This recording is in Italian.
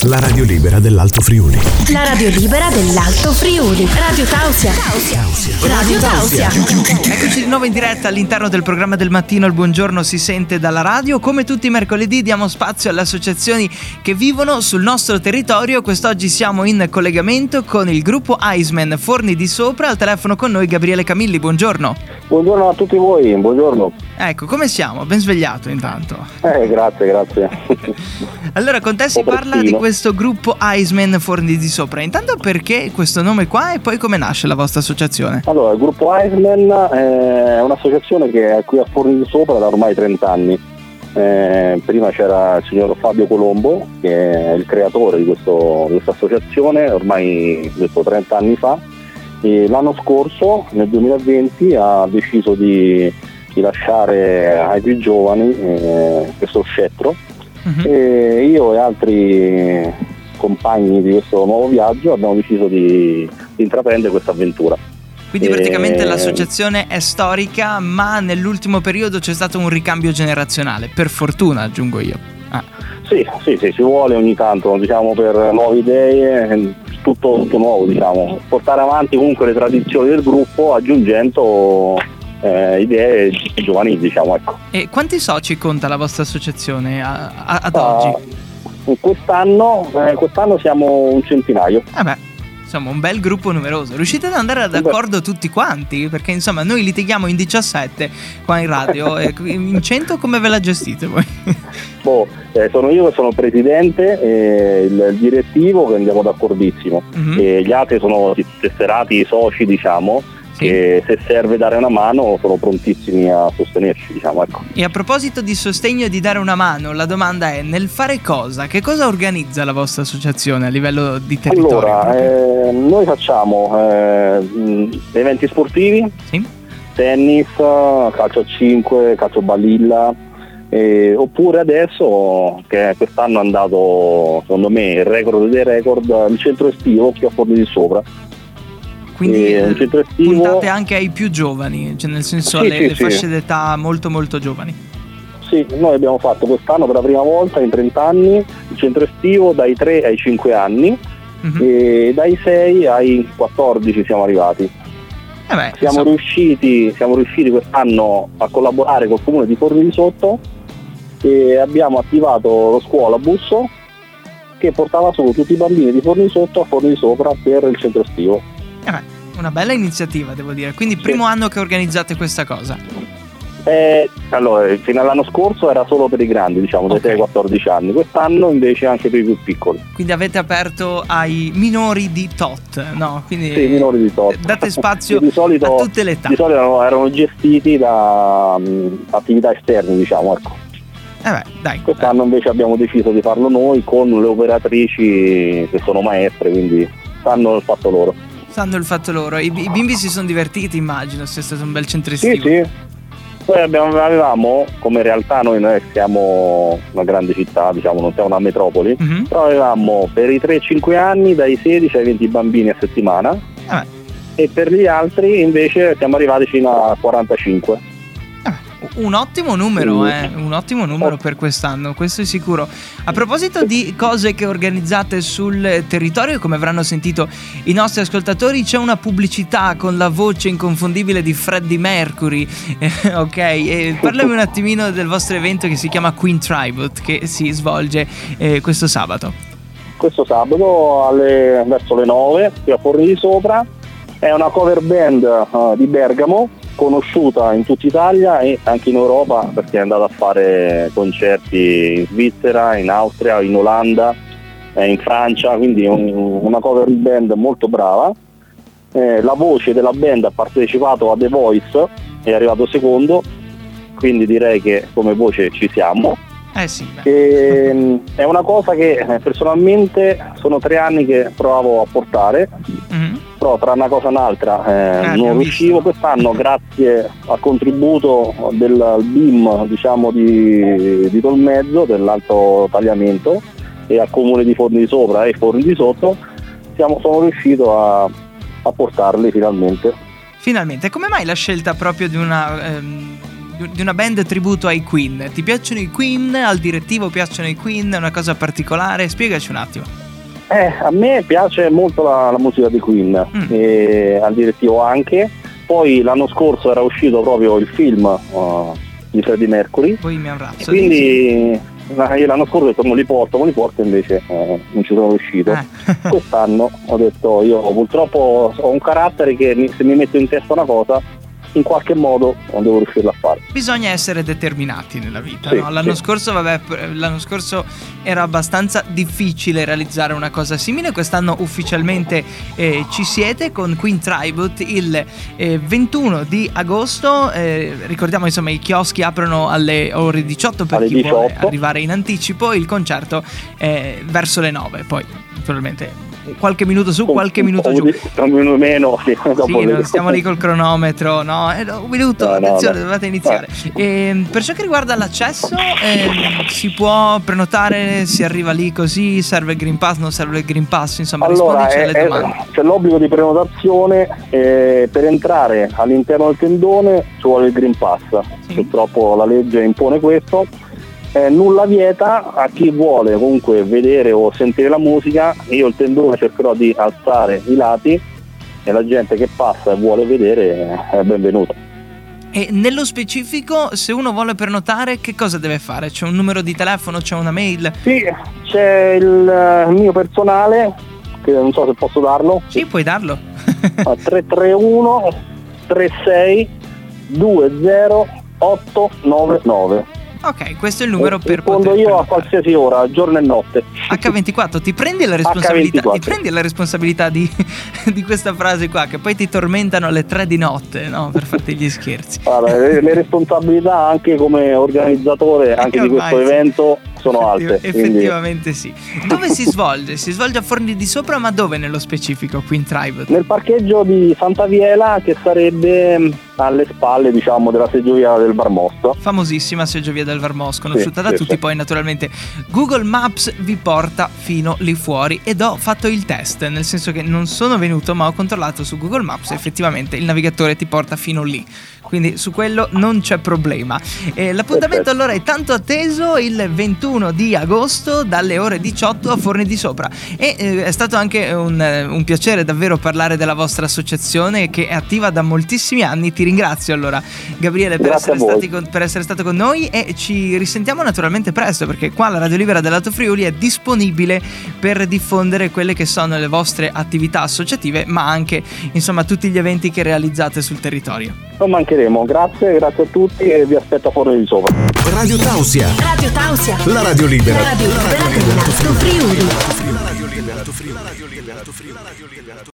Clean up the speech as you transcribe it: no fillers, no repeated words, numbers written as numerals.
La radio libera dell'Alto Friuli. La radio libera dell'Alto Friuli. Radio Tausia. Radio Tausia. Eccoci di nuovo in diretta all'interno del programma del mattino. Il buongiorno si sente dalla radio. Come tutti i mercoledì diamo spazio alle associazioni che vivono sul nostro territorio. Quest'oggi siamo in collegamento con il gruppo Iceman Forni di Sopra. Al telefono con noi Gabriele Camilli, buongiorno. Buongiorno a tutti voi, buongiorno. Ecco, come siamo? Ben svegliato intanto. Grazie. Allora, con te si parla di questo gruppo Iceman Forni di Sopra. Intanto, perché questo nome qua e poi come nasce la vostra associazione? Allora, il gruppo Iceman è un'associazione che è qui a Forni di Sopra da ormai 30 anni. Prima c'era il signor Fabio Colombo, che è il creatore di questa associazione, ormai detto 30 anni fa. E l'anno scorso, nel 2020, ha deciso di lasciare ai più giovani questo scettro. E io e altri compagni di questo nuovo viaggio abbiamo deciso di intraprendere questa avventura. Quindi praticamente l'associazione è storica, ma nell'ultimo periodo c'è stato un ricambio generazionale, per fortuna aggiungo io. Sì, ci vuole ogni tanto, diciamo, per nuove idee, tutto nuovo, diciamo. Portare avanti comunque le tradizioni del gruppo aggiungendo idee giovanili, diciamo, ecco. E quanti soci conta la vostra associazione ad oggi? Quest'anno siamo un centinaio. Insomma, un bel gruppo numeroso. Riuscite ad andare d'accordo tutti quanti? Perché insomma noi litighiamo in 17 qua in radio e in 100 come ve la gestite voi? Sono io che sono il presidente e il direttivo, che andiamo d'accordissimo. E gli altri sono tesserati soci, diciamo, che se serve dare una mano sono prontissimi a sostenerci, diciamo, ecco. E a proposito di sostegno e di dare una mano, la domanda è: nel fare cosa? Che cosa organizza la vostra associazione a livello di territorio? Allora, noi facciamo eventi sportivi, tennis, calcio a 5, calcio balilla, oppure adesso, che quest'anno è andato secondo me il record dei record, il centro estivo qui a Forni di Sopra. Quindi puntate anche ai più giovani, cioè nel senso alle fasce d'età molto molto giovani. Sì, noi abbiamo fatto quest'anno per la prima volta in 30 anni il centro estivo dai 3 ai 5 anni e dai 6 ai 14 siamo arrivati. Siamo riusciti quest'anno a collaborare col comune di Forni di Sotto e abbiamo attivato lo scuolabus che portava su tutti i bambini di Forni di Sotto a Forni di Sopra per il centro estivo. Una bella iniziativa, devo dire. Quindi primo anno che organizzate questa cosa. Allora, fino all'anno scorso era solo per i grandi, diciamo, dai 6 ai 14 anni. Quest'anno invece anche per i più piccoli. Quindi avete aperto ai minori di tot, no? Quindi sì, minori di tot. Date spazio a tutte le età. Di solito erano gestiti da attività esterne, diciamo, ecco. Dai. Quest'anno invece abbiamo deciso di farlo noi con le operatrici che sono maestre, quindi sanno il fatto loro. I bimbi si sono divertiti, immagino, se è stato un bel centro estivo. Sì. Poi avevamo, come realtà noi non siamo una grande città, diciamo, non siamo una metropoli, però avevamo per i 3-5 anni dai 16 ai 20 bambini a settimana e per gli altri invece siamo arrivati fino a 45. Un ottimo numero, un ottimo numero per quest'anno, questo è sicuro. A proposito di cose che organizzate sul territorio, come avranno sentito i nostri ascoltatori, c'è una pubblicità con la voce inconfondibile di Freddie Mercury, parlami un attimino del vostro evento che si chiama Queen Tribute, che si svolge questo sabato. Questo sabato verso le 9 qui a Forni di Sopra. È una cover band di Bergamo, conosciuta in tutta Italia e anche in Europa, perché è andata a fare concerti in Svizzera, in Austria, in Olanda, in Francia, quindi una cover band molto brava. La voce della band ha partecipato a The Voice, è arrivato secondo, quindi direi che come voce ci siamo. È una cosa che personalmente sono 3 anni che provavo a portare, però tra una cosa e un'altra non riuscivo. Quest'anno, grazie al contributo del BIM, diciamo, di Tolmezzo, dell'Alto Tagliamento, e al comune di Forni di Sopra e Forni di Sotto, sono riuscito a portarli finalmente. Come mai la scelta proprio di una band tributo ai Queen? Ti piacciono i Queen? Al direttivo piacciono i Queen? È una cosa particolare? Spiegaci un attimo. A me piace molto la musica di Queen, e al direttivo anche. Poi l'anno scorso era uscito proprio il film di Freddie Mercury. Bohemian Rhapsody. Quindi io l'anno scorso ho detto me li porto, invece non ci sono riuscito. Quest'anno ho detto io purtroppo ho un carattere che se mi metto in testa una cosa in qualche modo non devo riuscirla a fare. Bisogna essere determinati nella vita, sì, no? L'anno sì. scorso era abbastanza difficile realizzare una cosa simile. Quest'anno ufficialmente ci siete con Queen Tribute il 21 di agosto. Ricordiamo, insomma, i chioschi aprono alle ore 18 per alle chi 18. vuole arrivare in anticipo. Il concerto è verso le 9, poi naturalmente qualche minuto su, qualche minuto giù. Un minuto meno, sì, sì, non stiamo lì col cronometro, no? Un minuto, attenzione, dovete iniziare. Per ciò che riguarda l'accesso, si può prenotare, si arriva lì così, serve il Green Pass, non serve il Green Pass, insomma, allora, rispondici alle domande. C'è l'obbligo di prenotazione, per entrare all'interno del tendone ci vuole il Green Pass, Sì. Purtroppo la legge impone questo. Nulla vieta a chi vuole comunque vedere o sentire la musica. Io il tendone cercherò di alzare i lati e la gente che passa e vuole vedere è benvenuta. E nello specifico, se uno vuole prenotare, che cosa deve fare? C'è un numero di telefono, c'è una mail? Sì, c'è il mio personale, che non so se posso darlo. Sì, puoi darlo. 331 36 20 899. Ok, questo è il numero per rispondo poter io a prenotare. qualsiasi ora, giorno e notte. H24, ti prendi la responsabilità, H24. ti prendi la responsabilità di questa frase qua, che poi ti tormentano alle 3 di notte, no? Per farti gli scherzi. Allora, le responsabilità anche come organizzatore anche di questo Ormai sì. evento sono alte. Effettivamente sì. Dove si svolge? Si svolge a Forni di Sopra, ma dove nello specifico Queen Tribute? Nel parcheggio di Santa Viela, che sarebbe alle spalle, diciamo, della seggiovia del Varmosco. Famosissima seggiovia del Varmosco, conosciuta da sì, tutti. sì. Poi naturalmente Google Maps vi porta fino lì fuori, ed ho fatto il test, nel senso che non sono venuto, ma ho controllato su Google Maps, effettivamente il navigatore ti porta fino lì, quindi su quello non c'è problema. L'appuntamento Perfetto. allora è tanto atteso, il 21 di agosto dalle ore 18 a Forni di Sopra, e è stato anche un piacere davvero parlare della vostra associazione, che è attiva da moltissimi anni. Ti ringrazio allora, Gabriele, per Grazie per essere stato con noi, e ci risentiamo naturalmente presto, perché qua la Radio Libera dell'Alto Friuli è disponibile per diffondere quelle che sono le vostre attività associative, ma anche insomma tutti gli eventi che realizzate sul territorio. Non mancheremo, grazie a tutti e vi aspetto a Forni di Sopra. Radio Tausia, Radio Tausia. la radio libera. La radio libera dell'Alto Friuli.